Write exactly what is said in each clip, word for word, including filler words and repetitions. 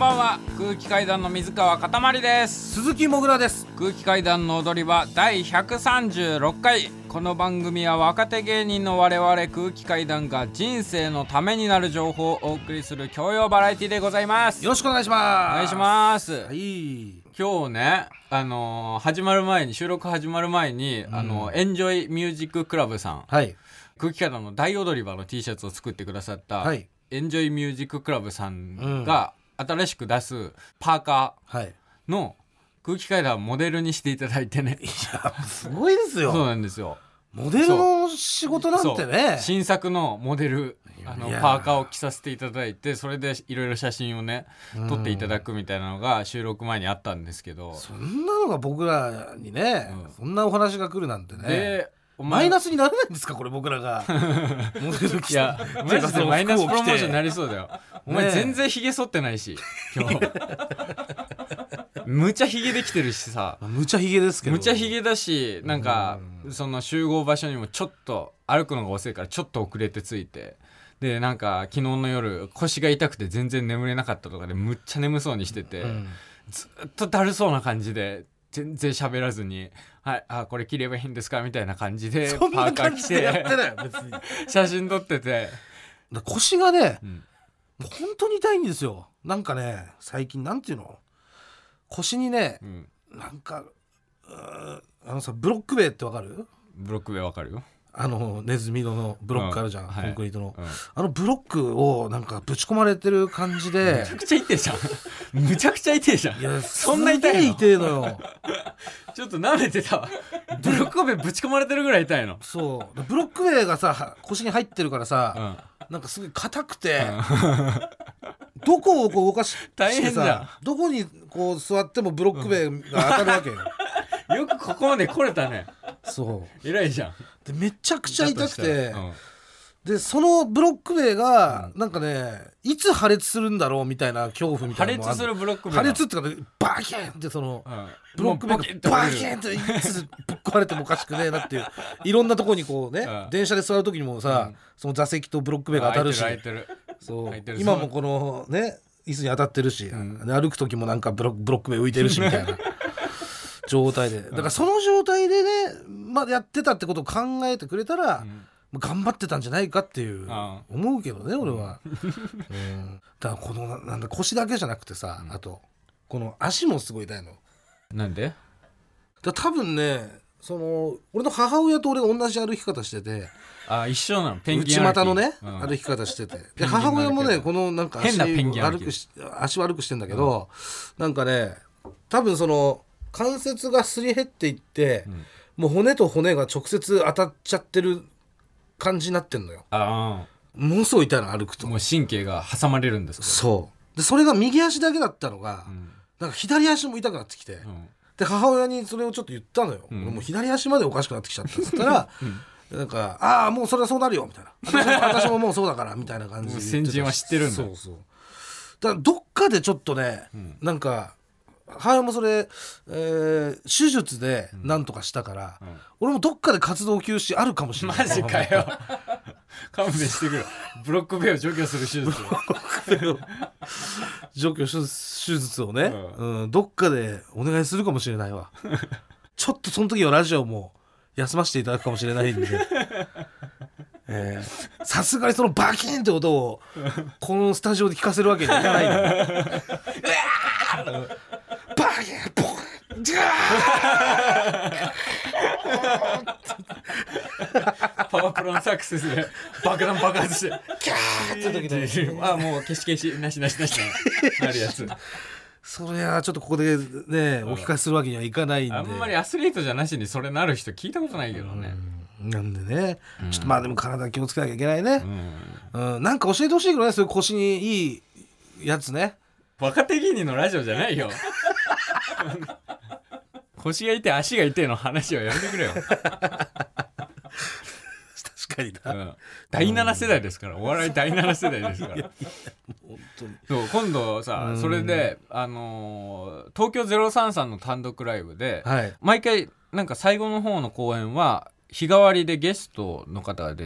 ばんは。空気階段の水川かたまりです。 鈴木もぐらです。 空気階段の踊り場だいひゃくさんじゅうろっかい。この番組は若手芸人の我々空気階段が人生のためになる情報をお送りする教養バラエティでございます。 よろしくお願いします。 お願いします、 はい、 今日ね、あのー、始まる前に収録始まる前に、うん、あのエンジョイミュージッククラブさん、はい、空気階段の大踊り場の T シャツを作ってくださった、はい、エンジョイミュージッククラブさんが新しく出すパーカーの空気階段モデルにしていただいてね。 いやすごいですよ。 そうなんですよ。 モデルの仕事なんてね、 新作のモデルあのパーカーを着させていただいて、それでいろいろ写真をね撮っていただくみたいなのが収録前にあったんですけど、 そんなのが僕らにね、うん、そんなお話が来るなんてね。でマイナスにならないんですかこれ僕らがモデル着て。いやマジでマイナスプロモーションになりそうだよ。お前全然ヒゲ剃ってないし今日むちゃヒゲできてるしさ。 むちゃヒゲですけど、 むちゃヒゲだし、なんかその集合場所にもちょっと歩くのが遅いからちょっと遅れて着いて、でなんか昨日の夜腰が痛くて全然眠れなかったとかでむっちゃ眠そうにしてて、うん、ずっとだるそうな感じで全然喋らずに、はい、あこれ着ればいいんですかみたいな感じでパーカー着てやってないよ別に写真撮ってて、 腰がね、うん、本当に痛いんですよ。なんかね最近なんていうの、腰にね、うん、なんかあのさブロック塀ってわかる？ ブロック塀わかるよ。あのネズミ色のブロックあるじゃん、うん、コンクリートの、 はい、うん、 あのブロックをなんかぶち込まれてる感じでむちゃくちゃ痛いじゃんむちゃくちゃ痛いじゃん。いやそんな痛いの？ 痛いのよちょっと舐めてたわブロック塀ぶち込まれてるぐらい痛いの。 そうブロック塀がさ腰に入ってるからさ、うん、なんかすごい硬くて、うん、どこをこう動かしてさ大変じゃん。 どこにこう座ってもブロック塀が当たるわけよ、 うん、よくここまで来れたね。 そう偉いじゃん。 でめちゃくちゃ痛くて、うん、でそのブロック塀がなんかねいつ破裂するんだろうみたいな恐怖みたいなのもある。 破裂するブロック塀、 破裂っていうか、ね、バキーンってその、うん、ブロック塀がバキーンっていつぶっ壊れてもおかしくねえなっていういろんなとこにこうね、うん、電車で座る時にもさ、うん、その座席とブロック塀が当たるし、 空いてる空いてる。 そう今もこのね椅子に当たってるし、うん、歩く時もなんかブロ、ブロック塀浮いてるしみたいな状態で、だからその状態でね、まあ、やってたってことを考えてくれたら、うん、頑張ってたんじゃないかっていう思うけどね俺は、うん、だからこのなんだ腰だけじゃなくてさ、うん、あとこの足もすごい痛いの。 なんで？ だ多分ねその俺の母親と俺が同じ歩き方してて、 あ一緒なの。ペンギン歩き内股のね、うん、歩き方してて、で母親もねこのなんか足悪くし足悪くしてんだけど、うん、なんかね多分その関節がすり減っていって、うん、もう骨と骨が直接当たっちゃってる感じになってんのよ。 あものすごい痛いの歩くと。 もう神経が挟まれるんですか？ そうでそれが右足だけだったのが、うん、なんか左足も痛くなってきて、うん、で母親にそれをちょっと言ったのよ、うん、もう左足までおかしくなってきちゃったっつったら、うん、なんかああもうそれはそうなるよみたいな私も, 私ももうそうだからみたいな感じで先人は知ってるんだ。 そうそうだからどっかでちょっとね、うん、なんか母親もそれ、えー、手術でなんとかしたから、うんうん、俺もどっかで活動休止あるかもしれない。 マジかよ勘弁してくれ。ブロック塀を除去する手術除去手術をね、うんうん、どっかでお願いするかもしれないわちょっとその時はラジオも休ませていただくかもしれないんでさすがにそのバキーンって音をこのスタジオで聞かせるわけにはいかないのバキーンポンジャーパワープロのサックスで爆弾爆発してキャーって時にあもう消し消しなしなしなしなるやつそれはちょっとここでねお聞かせするわけにはいかないんで、 あんまりアスリートじゃなしにそれなる人聞いたことないけどね。 なんでね、うん、ちょっとまあでも体気をつけなきゃいけないね、うんうん、なんか教えてほしいけどねそういう腰にいいやつね。 若手芸人のラジオじゃないよ腰が痛い足が痛いの話はやめてくれよ確かにな、うん、 だいなな世代ですから、お笑いだいなな世代ですからいやいや本当にそう今度さそれで、あのー、東京ゼロさんさんの単独ライブで、はい、毎回なんか最後の方の公演は日替わりでゲストの方が出て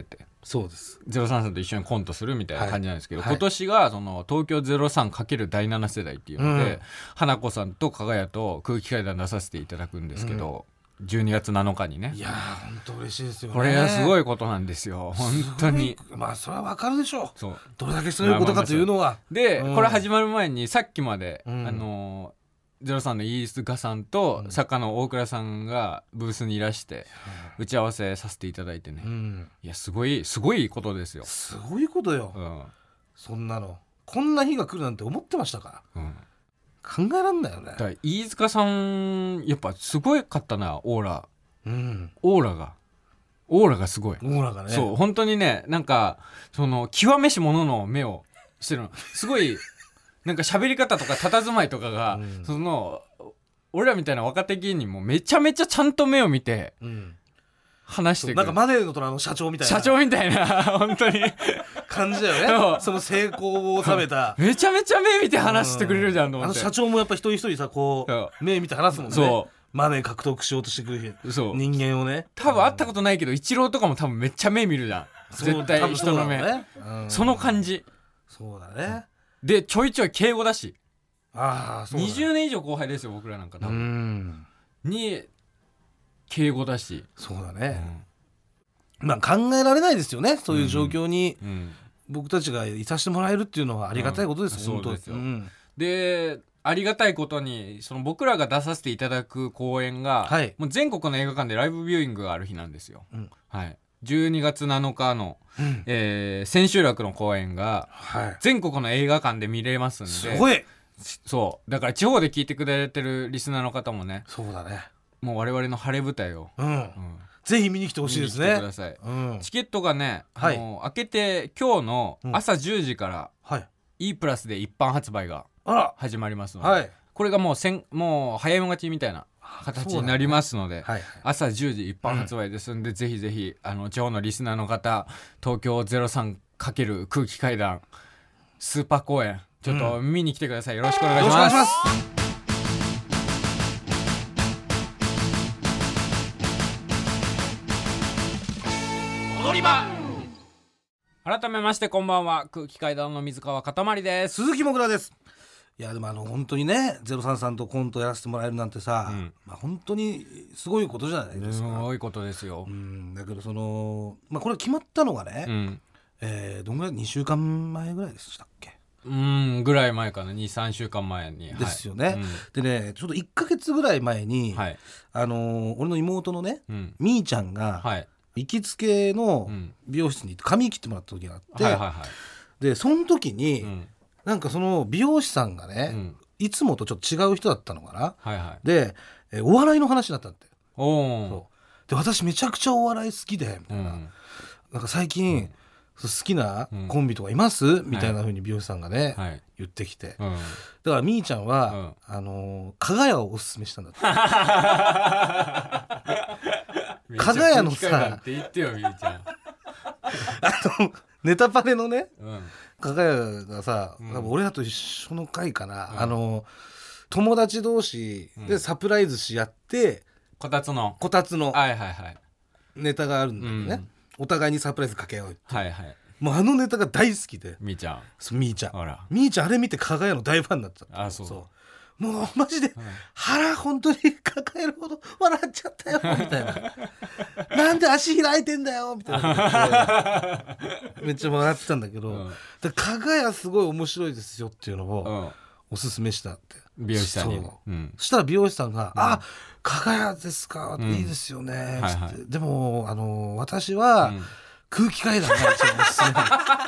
そうです。 ゼロさんさんと一緒にコントするみたいな感じなんですけど、 はい、 今年がその東京 ゼロさん× だいなな世代っていうので、うん、花子さんと加賀谷と空気階段出させていただくんですけど、うん、じゅうにがつなのかにね。 いやー本当嬉しいですよね。 これはすごいことなんですよ本当に。 まあそれはわかるでしょう。 そうどれだけすごいことかというのは。 で、 うん、 これ始まる前にさっきまで、うん、あのゼロさんの飯塚さんと作家の大倉さんがブースにいらして打ち合わせさせていただいてね、うん、いやすごいすごいことですよ。 すごいことよ、うん、そんなのこんな日が来るなんて思ってましたか、うん、考えらんないよね。だから飯塚さんやっぱすごかったなオーラ、うん、オーラがオーラがすごい。 オーラがね、 そう本当にねなんかその極めし者の目をしてるのすごいなんか喋り方とか佇まいとかが、うん、その俺らみたいな若手芸人もめちゃめちゃちゃんと目を見て話してくる、 うん、なんかマネーの虎の社長みたいな社長みたいな本当に感じだよねその成功を収めためちゃめちゃ目見て話してくれるじゃんと思って、 あの社長もやっぱ一人一人さこう目見て話すもんね。そうマネー獲得しようとしてくる人間をね。 多分会ったことないけどイチローとかも多分めっちゃ目見るじゃん絶対人の目 そ,、ねうん、その感じ。 そうだね。 でちょいちょい敬語だし、 ああそうだ、 にじゅうねん以上後輩ですよ僕らなんか多分うんに敬語だし。 そうだね、うん、まあ考えられないですよねそういう状況に、うんうん、僕たちがいさせてもらえるっていうのはありがたいことです、うん、本当そうですよ、うん、でありがたいことにその僕らが出させていただく公演が、はい、もう全国の映画館でライブビューイングがある日なんですよ、うんはい、じゅうにがつなのかの、うんえー、千秋楽の公演が全国の映画館で見れますんで、 すごい。 そうだから地方で聞いてくれてるリスナーの方もね、 そうだね、 もう我々の晴れ舞台を、うんうん、 ぜひ見に来てほしいですね。 見に来てください、うん、チケットがね、はい、あの開けて今日の朝じゅうじから、うんはい、E プラスで一般発売が始まりますので、はい、これがもうせんもう早いもん勝ちみたいな形になりますので、ねはいはい、朝じゅうじ一般発売ですんで、うん、ぜひぜひあの地方のリスナーの方東京 ゼロさん× 空気階段スーパー公演ちょっと見に来てください、うん、よろしくお願いします。踊り場改めましてこんばんは、空気階段の水川かたまりです。 鈴木もぐらです。いやでもあの本当にねゼロさんさんとコントやらせてもらえるなんてさ、うんまあ、本当にすごいことじゃないですか。 すごいことですよ、 うん、だけどその、まあ、これ決まったのがね、うんえー、どんぐらいにしゅうかんまえぐらいでしたっけ。 うんぐらい前かな に,さん 週間前にですよね、はいうん、でねちょっといっかげつぐらい前に、はいあのー、俺の妹のね、うん、みーちゃんが、はい、行きつけの美容室に行って髪切ってもらった時があって、はいはいはい、でその時に、うんなんかその美容師さんがね、うん、いつもとちょっと違う人だったのかな、はいはい、で、えお笑いの話になったって。おそうで私めちゃくちゃお笑い好きでみたいな、うん、なんか最近、うん、好きなコンビとかいます、うん、みたいな風に美容師さんがね、はい、言ってきて、うん、だからみーちゃんは、うん、あの加賀屋をおすすめしたんだって加賀屋のさって言ってよみーちゃんあのネタパレのね、うん加賀屋がさ、うん、俺らと一緒の回かな、うん、あの友達同士でサプライズし合って、うん、 こたつのこたつのはいはいはいネタがあるんだけどね、うん、お互いにサプライズかけ合うって、 はいはい、 もうあのネタが大好きでみーちゃんそうみーちゃんみーちゃんあれ見て加賀屋の大ファンになっちゃった。 あそうそうもうマジで腹本当に抱えるほど笑っちゃったよみたいななんで足開いてんだよみたいなめっちゃ笑ってたんだけど、うん、だ加賀屋すごい面白いですよっていうのをおすすめしたって美容師さんに、 そう、うん、そしたら美容師さんが、うん、あ加賀屋ですか、うん、いいですよね、はいはい、でもあの私は、うん、空気階段が一番おすすめ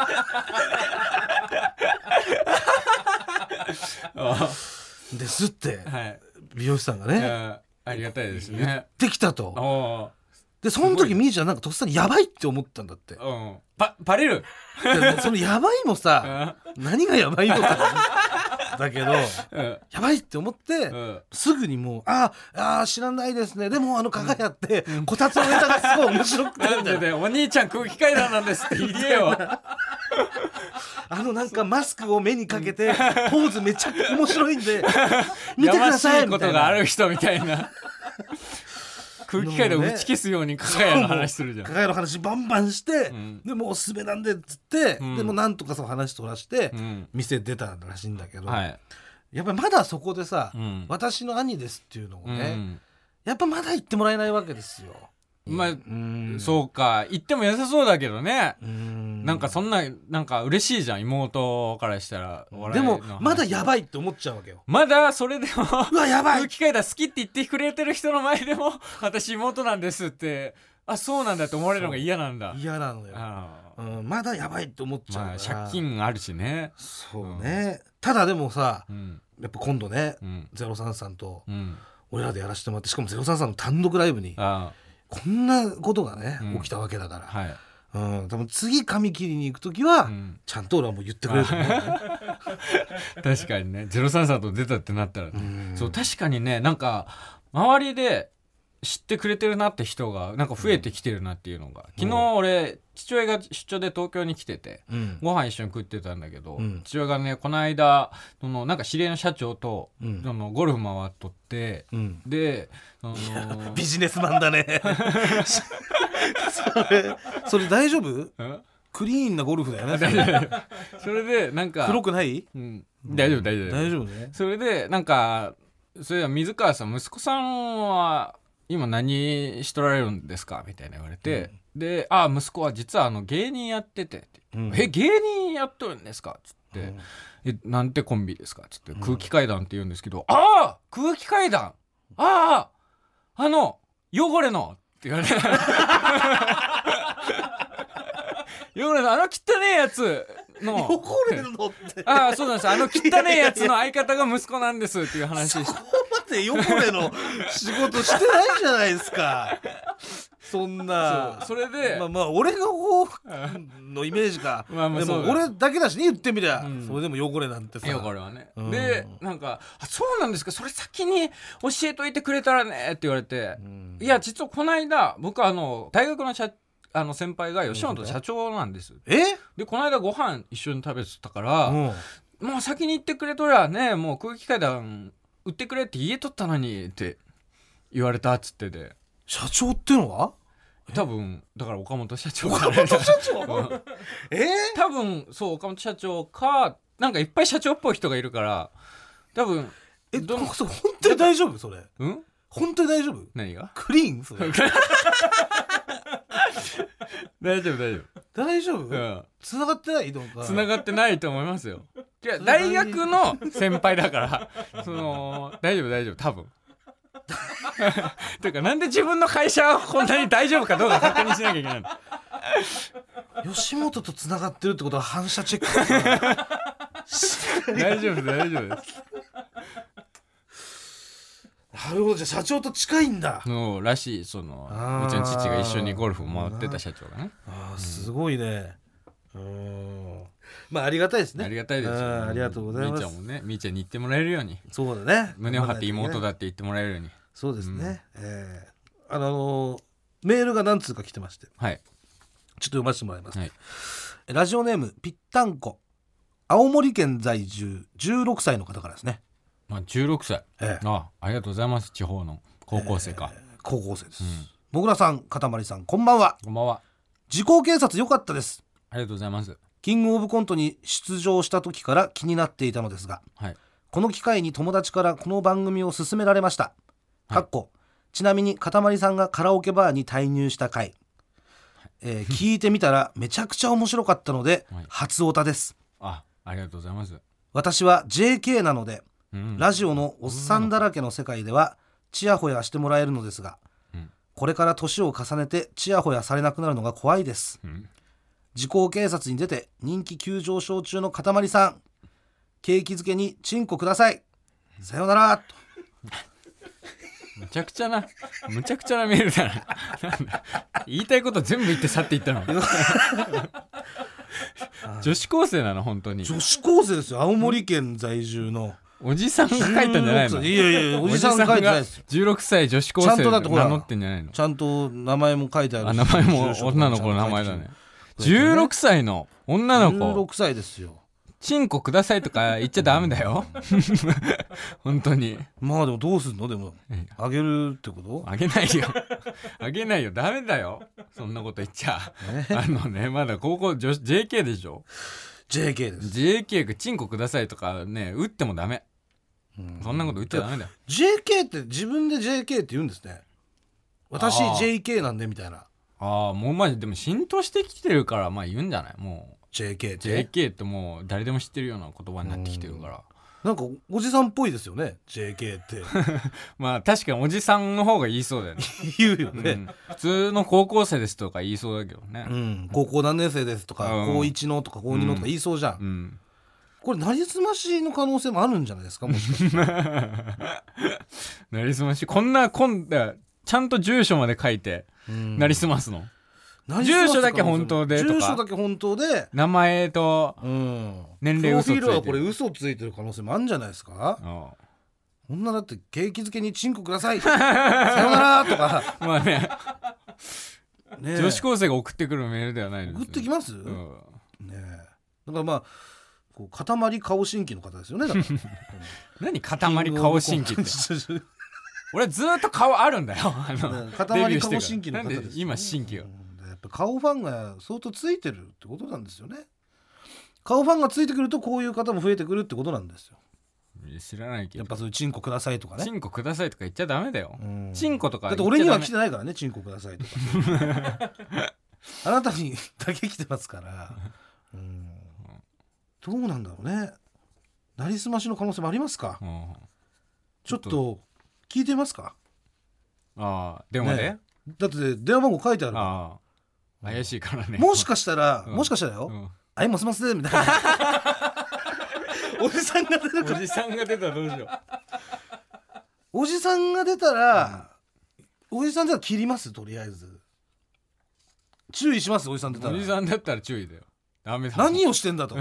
あですって、はい、美容師さんがねありがたいですね言ってきたと。でその時みーちゃんなんかとっさにやばいって思ったんだって、うん、 バ, バレるそのやばいもさ何がやばいのかだけど、うん、やばいって思って、うん、すぐにもうああ知らないですねでもあの加賀屋って、うん、こたつのネタがすごい面白くてなんでねお兄ちゃん空気階段なんですって言えよあのなんかマスクを目にかけてポーズめちゃくちゃ面白いんで見てくださいみたいなやましいことがある人みたいな空気階段を打ち消すように加賀屋の話するじゃん。 加賀屋の話バンバンして、 うん、 でもうおすすめなんでっつって、うん、でもなんとかその話取らして、 うん、 店出たらしいんだけど、 はい、 やっぱりまだそこでさ、 うん、 私の兄ですっていうのをね、 うん、 やっぱまだ言ってもらえないわけですよ。 まあ、うん、そうか言っても良さそうだけどね。 うん、 なんかそんななんか嬉しいじゃん妹からしたら。 でもまだやばいって思っちゃうわけよ。 まだそれでもうわやばい空気階段好きって言ってくれてる人の前でも私妹なんですってあそうなんだって思われるのが嫌なんだ。 嫌なのよ、うん、まだやばいって思っちゃうから、 まあ、借金あるしね。 そうね、うん、ただでもさ、うん、やっぱ今度ね、うん、ゼロさんさんと俺らでやらせてもらって、しかもゼロさんさんの単独ライブにあこんなことがね、うん、起きたわけだから、はい、うん、多分次髪切りに行くときは、うん、ちゃんと俺はもう言ってくれると思う、ね、 確かにねゼロさんさんと出たってなったら、ね、うんそう確かにねなんか周りで知ってくれてるなって人がなんか増えてきてるなっていうのが、うん、昨日俺父親が出張で東京に来てて、うん、ご飯一緒に食ってたんだけど、うん、父親がねこの間そのなんか知り合いの社長と、うん、そのゴルフ回っとって、うん、でそのビジネスマンだねそれそれ大丈夫？クリーンなゴルフだよねそれでなんか黒くない？ うん、大丈夫大丈夫大丈夫ね。 それでなんかそれは水川さん息子さんは今何しとられるんですかみたいな言われて、うん、であ息子は実はあの芸人やってて、うん、え芸人やっとるんですかつって、うん、えなんてコンビですかつって空気階段って言うんですけど、うん、ああ空気階段あああの汚れのって言われて汚れのあの汚ねえやつの汚れのってああそうなんですあの汚ねえやつの相方が息子なんですっていう話してそこまで汚れの仕事してないじゃないですかそんなそ, それでまあまあ俺の方のイメージかまあまあでも俺だけだしね言ってみりゃ、うん、それでも汚れなんてさ汚れはね、うん、でなんかあそうなんですかそれ先に教えといてくれたらねって言われて、うん、いや実はこの間僕あの大学の社あの先輩が吉本社長なんです。 えでこの間ご飯一緒に食べてたから、うん、もう先に言ってくれとりゃねもう空気階段売ってくれって言えとったのにって言われたっつってて社長ってのは多分だから岡本社長岡本社長、うん、えー、 多分そう岡本社長かなんかいっぱい社長っぽい人がいるから多分えど本当に大丈夫それうん本当に大丈夫何がクリーンそれ大丈夫大丈夫大丈夫、 うん、 繋がってない繋がってないと思いますよいや大学の先輩だからその大丈夫大丈夫多分ていうかなんで自分の会社はこんなに大丈夫かどうか確認しなきゃいけないの吉本と繋がってるってことは反射チェック大丈夫大丈夫ですなるほどじゃあ社長と近いんだのらしいそのうちの父が一緒にゴルフを回ってた社長がねあーすごいねうんまあありがたいですねありがたいですよありがとうございますみーちゃんもねみーちゃんに言ってもらえるようにそうだね胸を張って妹だって言ってもらえるようにそうですね、うんえー、あのー、メールが何通か来てましてはいちょっと読ませてもらいます、 はい、 ラジオネームぴったんこ青森県在住じゅうろくさいの方からですねまあ、じゅうろくさい、 ええ、 あありがとうございます地方の高校生か、 えー、高校生です、うん、もぐらさんかたまりさんこんばんはこんばんは時効警察良かったですありがとうございますキングオブコントに出場した時から気になっていたのですが、 はい、 この機会に友達からこの番組を勧められました、はい、かっこちなみにかたまりさんがカラオケバーに滞入した回、はいえー、聞いてみたらめちゃくちゃ面白かったので、はい、初オタです。 あ、ありがとうございます。 私は ジェーケー なので、うん、ラジオのおっさんだらけの世界ではチヤホヤしてもらえるのですが、うん、これから年を重ねてチヤホヤされなくなるのが怖いです、うん、時効警察に出て人気急上昇中のかたまりさん景気づけにチンコください、さよならとむちゃくちゃなむちゃくちゃなメールだな言いたいこと全部言って去っていったの女子高生なの本当に女子高生ですよ青森県在住の、 うん、おじさんが書いたんじゃないの。 いやいやおじさんが書いてないですよ。 じゅうろくさい女子高生が名乗ってんじゃないの。 ちゃんと名前も書いてあるし、 あ名前も女の子の名前だね。じゅうろくさいの女の子じゅうろくさいですよ。 チンコくださいとか言っちゃダメだよ本当に。 まあでもどうすんのでもあげるってこと？ あげないよあげないよ、ダメだよそんなこと言っちゃ、ね、あのねまだ高校女子 ジェーケー でしょ。 ジェーケー です。 ジェーケー がチンコくださいとかね打ってもダメ。うんそんなこと打っちゃダメだよ。 ジェーケー って自分で ジェーケー って言うんですね。私 ジェーケー なんでみたいな。 ああもうまじでも浸透してきてるからまあ言うんじゃない。もうジェーケー ってジェーケー ってもう誰でも知ってるような言葉になってきてるから。 なんかおじさんっぽいですよね ジェーケー ってまあ確かにおじさんの方が言いそうだよね言うよね、うん、 普通の高校生ですとか言いそうだけどね、 うん、高校何年生ですとか、うん、高いちのとか高にのとか言いそうじゃん、うんうん、これなりすましの可能性もあるんじゃないですかもしかしてなりすましこんな今度ちゃんと住所まで書いてなりすますの。住所だけ本当でとか住所だけ本当で名前と年齢嘘ついてる、 プロフィールはこれ嘘ついてる可能性もあるんじゃないですか。ああこんなだって景気づけにチンコくださいさよならとかまあねね女子高生が送ってくるメールではないです、ね、 送ってきます、うんね、だからまあこう塊顔真気の方ですよねだから何塊顔真気って俺ずっと顔あるんだよあの塊顔真気の方です、ね、 なんで今真気がやっぱ顔ファンが相当ついてるってことなんですよね。顔ファンがついてくるとこういう方も増えてくるってことなんですよ。 知らないけどやっぱそういうチンコくださいとかね。 チンコくださいとか言っちゃダメだよ。チンコとかだって俺には来てないからねチンコくださいとかあなたにだけ来てますからうんどうなんだろうね。なりすましの可能性もありますか、うん、ちょっと聞いてみますか。 ああ電話で、ね、 だって電話番号書いてあるから。あ怪しいからね。 もしかしたら、うん、もしかしたらよ、うん、あいもすますみたいなおじさんが出たおじさんが出たらどうしようおじさんが出たら、うん、おじさん出たら切りますとりあえず注意します。おじさん出たらおじさんだったら注意だよ。ダメだ何をしてんだと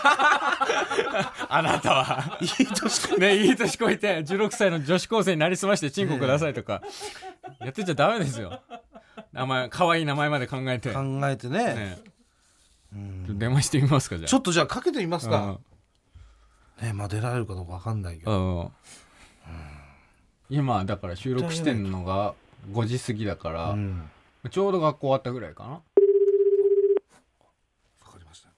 あなたはいい年こいて、ね、いい年こいてじゅうろくさいの女子高生になりすましてチンコくださいとか、ね、やってちゃダメですよ。名前可愛い名前まで考えて考えて ね, ねうん電話してみますか。じゃあちょっとじゃあかけてみますか、うんね、まあ出られるかどうか分かんないけど、うんうん、 今だから収録してんのがごじ過ぎだから、うん、ちょうど学校終わったぐらいかな。 分かりました。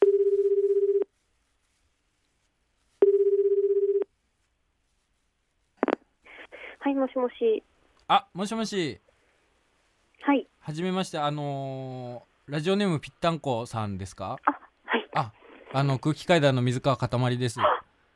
はいもしもし。 あもしもし。 はい。 はじめまして。あのー、ラジオネームぴったんこさんですか。 あはい。 ああの空気階段の水川かたまりです。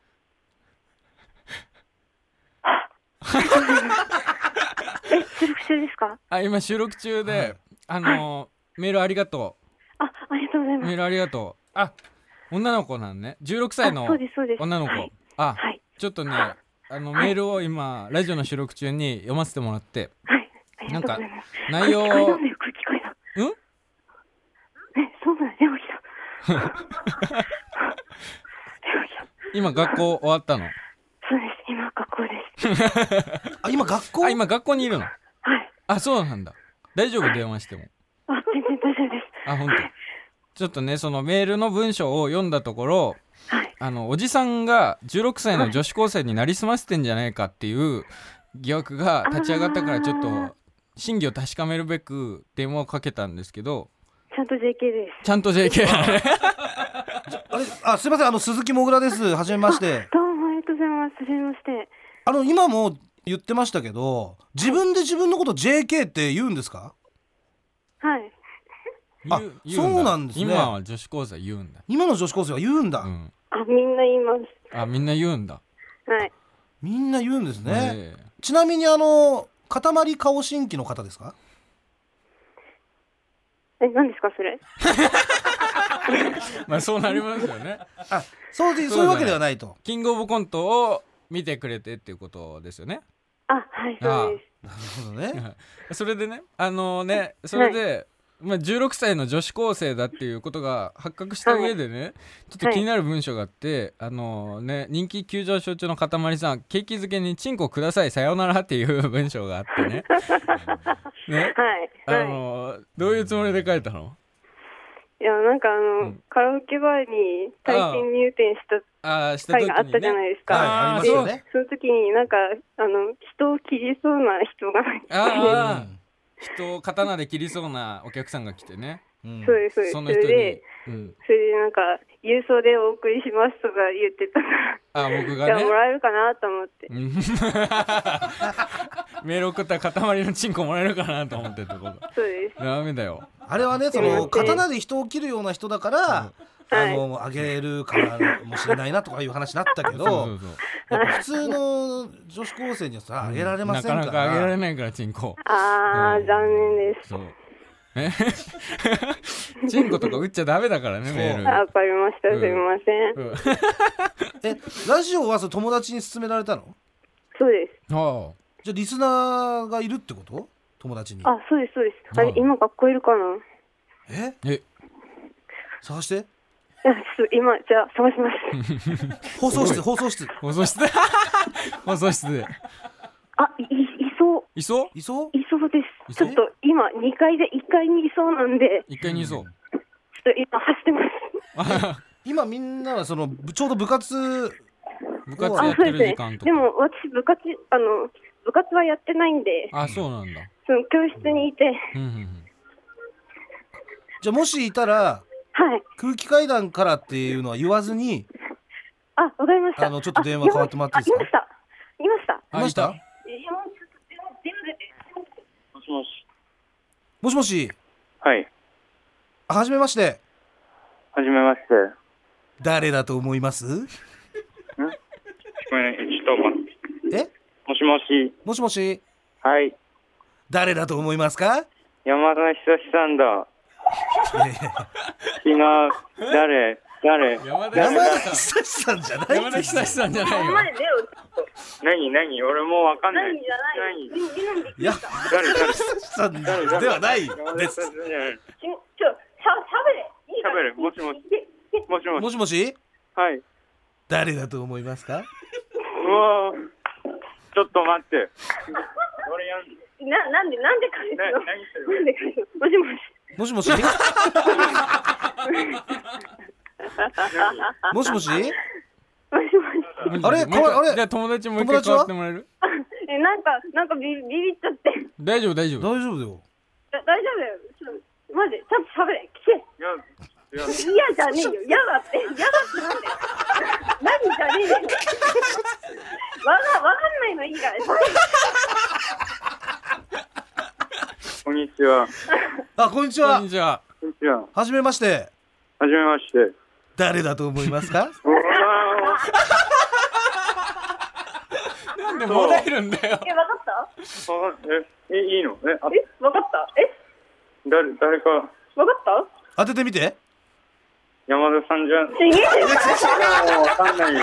え収録中ですか。 あ今収録中で、はい、あのーはい、メールありがとう。あありがとうございます。 メールありがとう。あ女の子なんね。じゅうろくさいの女の子。はい、あ、はい、ちょっとねあの、はい、メールを今ラジオの収録中に読ませてもらって。 はいありがとうございます。 内容空気階段だよ空気階段。 うん？ えそうなん電話来た。 今学校終わったの？ そうです今学校です。 あ今学校？ あ今学校にいるの？ はい。 あそうなんだ。大丈夫電話しても？ あ全然大丈夫です。 あ本当。はい、ちょっとねそのメールの文章を読んだところ、はい、あのおじさんがじゅうろくさいの女子高生になりすませてんじゃないかっていう疑惑が立ち上がったからちょっと真偽を確かめるべく電話をかけたんですけど。 ちゃんと ジェーケー です。 ちゃんと ジェーケー だね。 あれあすいませんあの鈴木もぐらです。はじめまして。 どうもありがとうございます。はじめまして。 あの今も言ってましたけど自分で自分のこと ジェーケー って言うんですか。 はい。 あそうなんですね。 今は女子高生は言うんだ。 今の女子高生は言うんだ、うん、 あみんな言います。 あみんな言うんだ。 はいみんな言うんですね、えー、ちなみにあの塊顔真気の方ですか。 え何ですかそれ。 まあそうなりますよね。 あそうでそういうわけではないと。 キングオブコントを見てくれてっていうことですよね。 あはいそうです。 なるほどね。 それでねあのねそれで、はいまあ、じゅうろくさいの女子高生だっていうことが発覚した上でね、はい、ちょっと気になる文章があって、はい、あのね人気急上昇中のかたまりさん景気づけにチンコくださいさようならっていう文章があってねね、 はい、 あのどういうつもりで書いたの？ いやなんかあの、 うん、 カラオケバーに体験入店したあーした時に、ね、 会があったじゃないですか。 はいありますよね。 その時になんかあの人を切りそうな人がああ人を刀で切りそうなお客さんが来てね、 うん、 そうですそうです。 その人にそれで、 うん、 それでなんか郵送でお送りしますとか言ってたからあ僕がじゃあねもらえるかなと思って、 うんメール送ったら塊のチンコもらえるかなと思ってるところそうです。 ダメだよ。 あれはねその刀で人を切るような人だから、うん、あのあげるからもしれないなとかいう話になったけどそうそうそうやっぱ普通の女子高生にはさあげられませんから、 なかなかあげられないからチンコ。 あー、うん、残念です。そうえチンコとか打っちゃダメだからねメール。 わかりました、すみません、うん、 えラジオはそ友達に勧められたの？ そうです。 はあ、 じゃあリスナーがいるってこと？友達に。 あ、そうですそうです。あれ今学校いるかな？ ええ探して。 今じゃあ探します放送室放送室放送室放送室であ、い、いそういそういそういそうです。ちょっと今にかいでいっかいにいそうなんでいっかいにいそう、うん、ちょっと今走ってます今みんなはそのちょうど部活部活やってる時間とか。 でも私部活あの部活はやってないんで。 あ、そうなんだ。 その教室にいて、 うんうんうん、 じゃあもしいたら、はい、空気階段からっていうのは言わずに、 あ、わかりました。 あのちょっと電話変わってもらっていいですか？ いました。いました。 いました。 もしもし。 もしもし。 はい。 はじめまして。 はじめまして。 誰だと思います？ん？聞こえない。ちょっと待って。 え？ もしもし。 もしもし。 はい。 誰だと思いますか？ 山田久志さんだ。違う。誰？誰？ 山田久志さんじゃない。 山田久志さんじゃないよ。 何何？俺もうわかんない。 何？ いや、誰誰久志さんではないです。ちょ、しゃ、しゃべれ。 しゃべる。もしもし。もしもし。 もしもし。 はい。 誰だと思いますか？ うわ。ちょっと待って。俺やん。 な、なんで、なんで返すの？何する？なんで返すの？もしもし。 もしもし。もしもし。あれ、あれ、 じゃあ友達もう一回変わってもらえる？ え、なんか、なんかビビビっちゃって。 大丈夫、大丈夫。 大丈夫だよ。 大丈夫だよ。マジ、ちゃんと喋れ。聞け。いや、嫌じゃねえよ。嫌だって。嫌だってなんだよ。何じゃねえよ。わか、わかんないのいいから。 こんにちは。 あ、こんにちは。 こんにちは。 こんにちは。 はじめまして。 はじめまして。 誰だと思いますか？ なんでもらえるんだよ。 え、わかった？ え、え、いいの？え、 あ、え、わかった？え？ 誰、誰か。 わかった？ 当ててみて。 山田さんじゃん。 え、いや、 もうわかんないよ。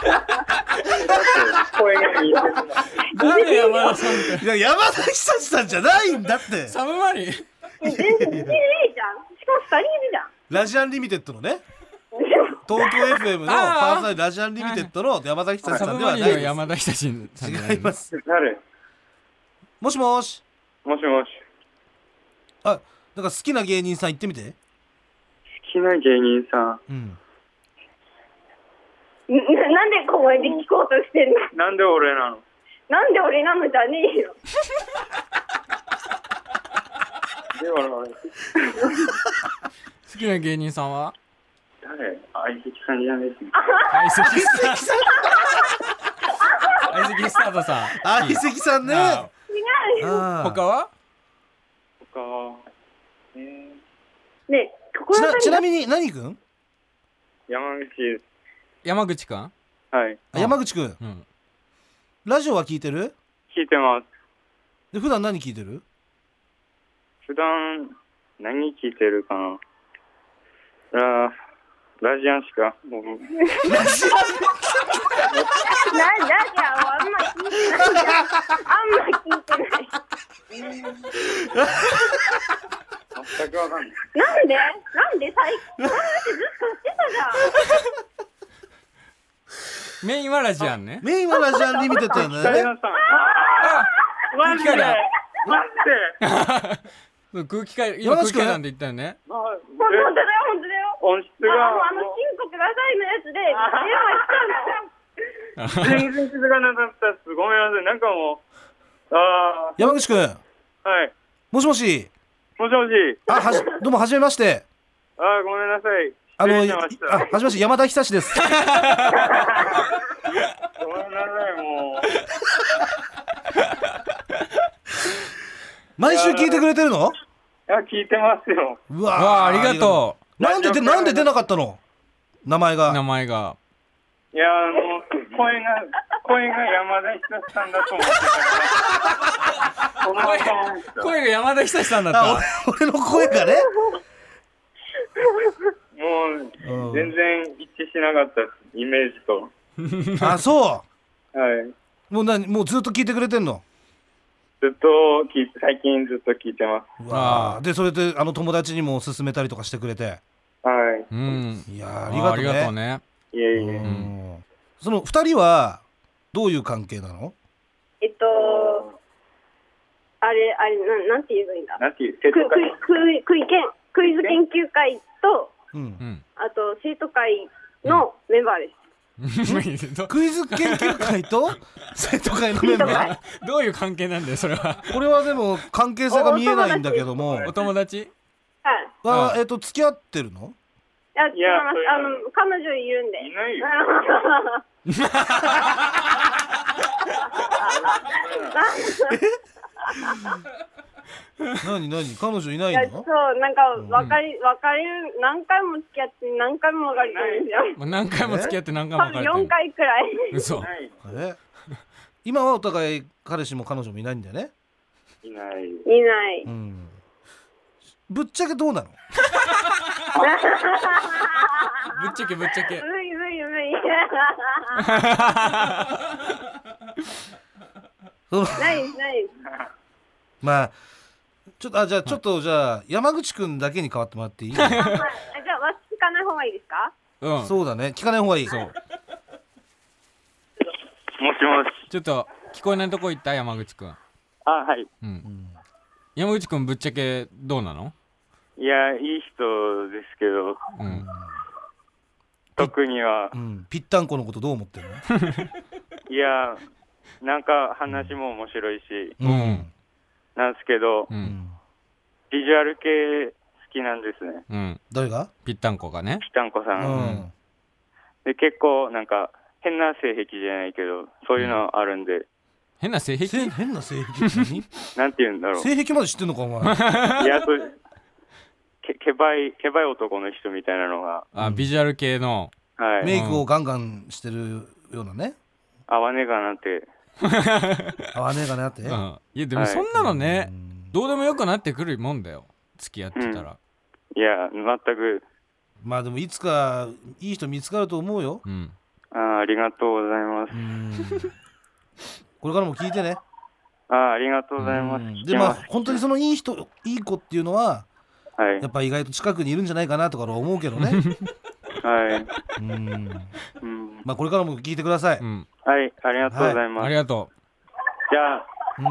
声がいい。 なんで山田さんって。 いや、山田久志さんじゃないんだって。 サブマリン。 全然いいじゃん。しかも二人いるじゃん。 ラジアンリミテッドのね。東京 エフエム のパーソナリティラジアンリミテッドの山田久志さんではないです。 山田久志さん違います。 誰？ もしもし。 もしもし。 あ、なんか好きな芸人さん言ってみて。 好きな芸人さん。 うん。 な, なんで小声で聞こうとしてんの？ なんで俺なの？ なんで俺なのじゃねえよ。 で笑われる。 好きな芸人さんは？ 誰？相席さんじゃないですね。 相席さん。相席スタートさん。 相席さんね。 違うよ。 他は？ 他は。えー、ねえ。 ち な, ちなみに何君？ 山口。 山口君？ はい。 山口君、うん。ラジオは聞いてる？ 聞いてます。 で普段何聞いてる？ 普段何聞いてるかな。あラジアンしか。もうラジアンはあんま聞いてないじゃん。あんま聞いてない。 全くわかんない。 なんで？なんで最近この話ずっとしてたじゃん。メインはラジアンね。 メインはラジアンリミテッドよね。 ああ、マジで。待って。 空気階今空気階段で言ったよね。 本当だよ本当だよ。 音質がああのチンコくださいのやつで電話したの。 全然気づかなかったっす。ごめんなさい。なんかもう、ああ。 山口くん、 はい。 もしもし。 もしもし。 あ、はじ、どうもはじめまして。 あー、ごめんなさい。 あの、 失礼しました。 あ、はじめまして、山田久志です。 ごめんなさい、もう。 毎週聞いてくれてるの？ いや、聞いてますよ。 うわー、 わあ、ありがとう。なんでで、なんで出なかったの？名前う。 が。 名前が。 いや、あの、声が、声が山田久志さんだと思ってたから。そのままでした。 声が山田久志さんだっあ、 た。 俺、俺の声がね。 もう、全然一致しなかったです。イメージと。 あ、そはい。 う。もう何、もうずっと聞いてくれてんの？ ずっと聞いて、最近ずっと聞いてまうわー。で、それで、あの友達にも勧めたりとかしてくれて。 す。はうん。 いやー、ありがとうね。 ありがとうね。 い。いえいえ。 うんその二人はどういう関係なの？ えっとあれあれなんなんて言えばいいんだ。 なんていう、 ク生徒会。 クイクイクイケンクイズ研究会とうんう。ん。 あと生徒会のメンバーです。 クイズ研究会と生徒会のメンバー。 どういう関係なんだよそれは。 これはでも関係性が見えないんだけども。 お友達？ はい。 はえっと付き合ってるの？ いや違いいやます。あの彼女いるんで。 いないよ。 何何彼女いないいやの？ そうなんかわかりわかりる何回も付き合って何回も別れてるんですよ。 もう何回も付き合って何回も多分別れてる。 よんかいくらい。 嘘。 ない。 え今はお互い彼氏も彼女もいないんだよね。 いない。 いない。 うんぶっちゃけどうなの？ ぶっちゃけぶっちゃけ。 無理無理無理。 そのないですないです。 まあちょっとあじゃあちょっとじゃあ山口くんだけに代わってもらっていい？ あまあじゃあ私聞かない方がいいですか？ うん。 そうだね聞かない方がいい。 そう。 もしもし。 ちょっと聞こえないとこ行った山口くん。 あ、はい。 う。 うんん山口くんぶっちゃけどうなの？ いや、いい人ですけど、 うん。 特にはう、んぴったんこのことどう思ってるの？ いや、なんか話も面白いし、 うんなんですけど、 う。 うんんビジュアル系好きなんですね。 うん。 誰が？ ぴったんこがね。 ぴったんこさ。 うんんで、結構なんか変な性癖じゃないけど、そういうのあるんで、 変な性癖？ せ変な性癖って何？ なんて言うんだろう。 性癖まで知ってんのかお前。 いや、そうけけばい、けばい男の人みたいなのが、 あ、ビジュアル系の。 はい。 メイクをガンガンしてるようなね。 合わねえかなって。 合わねえかなって。 うん。いやでもそんなのね、 うんどうでもよくなってくるもんだよ。付き合ってたら。 いや、全く、 まあでもいつかいい人見つかると思うよ。 うん。 あありがとうございますう。んこれからも聞いてね。 ああありがとうございます。 うんでまあ本当にそのいい人いい子っていうのははいやっぱ意外と近くにいるんじゃないかなとか思うけどね。 はい。 うんうん。 まあこれからも聞いてください。 う。ん。 はい、ありがとうございます。 ありがとじゃあ、 うん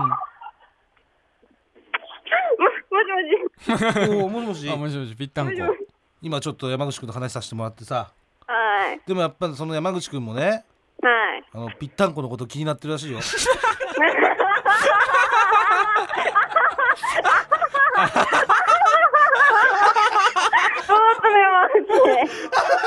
ももしもし。 おーもしもしう。あ、もしもし、ぴったんこ。 今ちょっと山口君と話させてもらってさはいでもやっぱりその山口君もねはい。 あのぴったんこのこと気になってるらしいよ。 そうとめますね。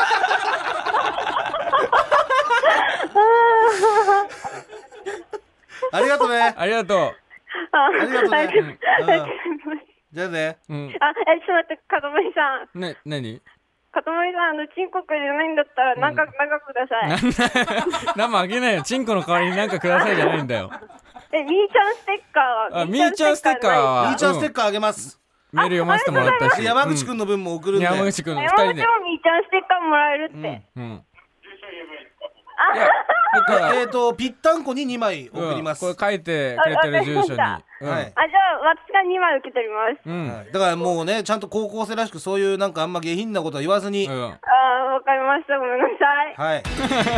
ありがとうね。 ありがとあありがとうねはいうんはいじゃあね。 う。うん。 あ、え、ちょっと待って、かともりさん。 ね、なに？ かともりさん、あの、チンコくじゃないんだったら、なんか、長くください。 なんもあげないよ。チンコの代わりになんかくださいじゃないんだよ。 え、みーちゃんステッカーは。 あみーちゃんステッカーはみーちゃんステッカーあげます。 メール読ませてもらったし。 山口君の分も送るんで。 山口くんあ二人で。 山口もみーちゃんステッカーもらえるって。 うん。 あいや、だから、 えっとぴったんこににまい送ります。 うんこれ書いてくれてる住所に。 あうんはいあ、じゃあ、私がにまい受け取ります。 うん。 はいだからもうねちゃんと高校生らしくそういうなんかあんま下品なことは言わずに、 うん。 あー、わかりました。ごめんなさい。 はい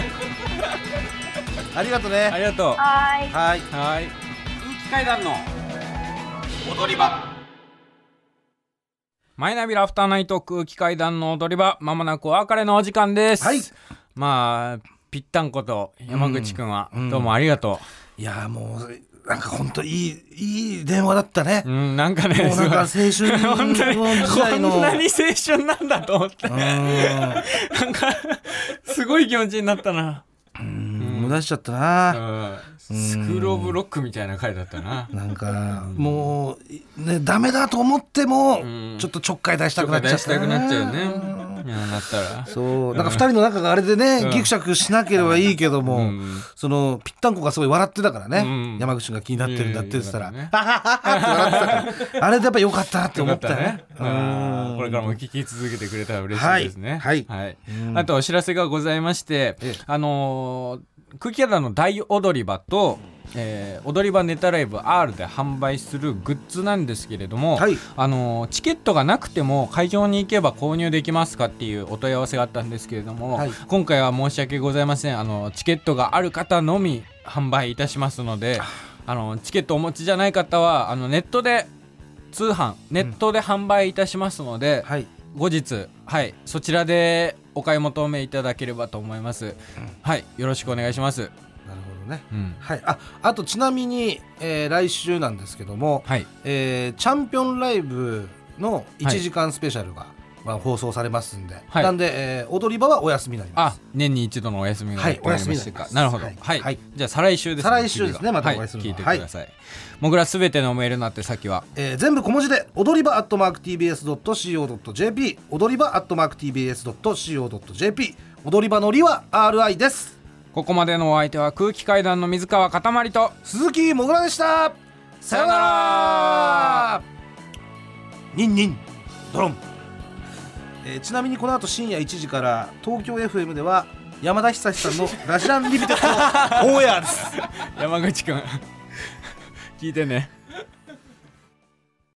ありがとうあね。 りがとう。 はいはーい。 はい。空気階段の踊り場。 マイナビラフターナイト空気階段の踊り場、まもなくお別れのお時間です。 はい。 まあぴったんこと山口くんは、うん、どうもありがとう。いやもうなんか本当いいいい電話だったね。 うん、なんかね、 もうなんか青春の時代のこんなに青春なんだと思って、なんかすごい気持ちになったな。 うん、思い出しちゃったな。 スクールオブロックみたいな回だったな。 なんかもうねダメだと思ってもちょっとちょっかい出したくなっちゃった。 ちょっかい出したくなっちゃうよね。いやなったらそうなんかふたりの仲があれでね、うん、ギクシャクしなければいいけども、うん、そのぴったんこがすごい笑ってたからね、うん、山口が気になってるんだって言ってたら、ね、はははって笑ってたからあれでやっぱ良かったって思ったね。 これからも聞き続けてくれたら嬉しいですね。 はい、はいはい、 あとお知らせがございまして、あのー、空気階段の大踊り場とえー、踊り場ネタライブ R で販売するグッズなんですけれども、はい、あのチケットがなくても会場に行けば購入できますかっていうお問い合わせがあったんですけれども、はい、今回は申し訳ございません。あのチケットがある方のみ販売いたしますので、あのチケットお持ちじゃない方はあのネットで通販ネットで販売いたしますので、うんはい、後日、はい、そちらでお買い求めいただければと思います、うん、はい、よろしくお願いします。 なるほどね、うんはい、あ, あとちなみに、えー、来週なんですけども、はいえー、チャンピオンライブのいちじかんスペシャルが、はいまあ、放送されますんで、はい、なんで、えー、踊り場はお休みになります。 あ年に一度のお休みが、はい、 お休みになります。 なるほど、はいはい、じゃあ再来週ですね。 再来週ですね。またお休み、 はい、聞いてください。もぐらすべてのメールになって先は、 えー、全部小文字で踊り場アットマーク ティービーエスドットシーオードットジェーピー 踊り場アットマーク ティービーエスドットシーオードットジェーピー 踊り場のりは アールアイ です。 ここまでのお相手は空気階段の水川かたまりと鈴木もぐらでした。さよなら。ニンニンドロン、えー、ちなみにこの後深夜いちじから東京 エフエム では山田久志さんのラジランリミテッドのオンエアです。 山口くん聞いてね。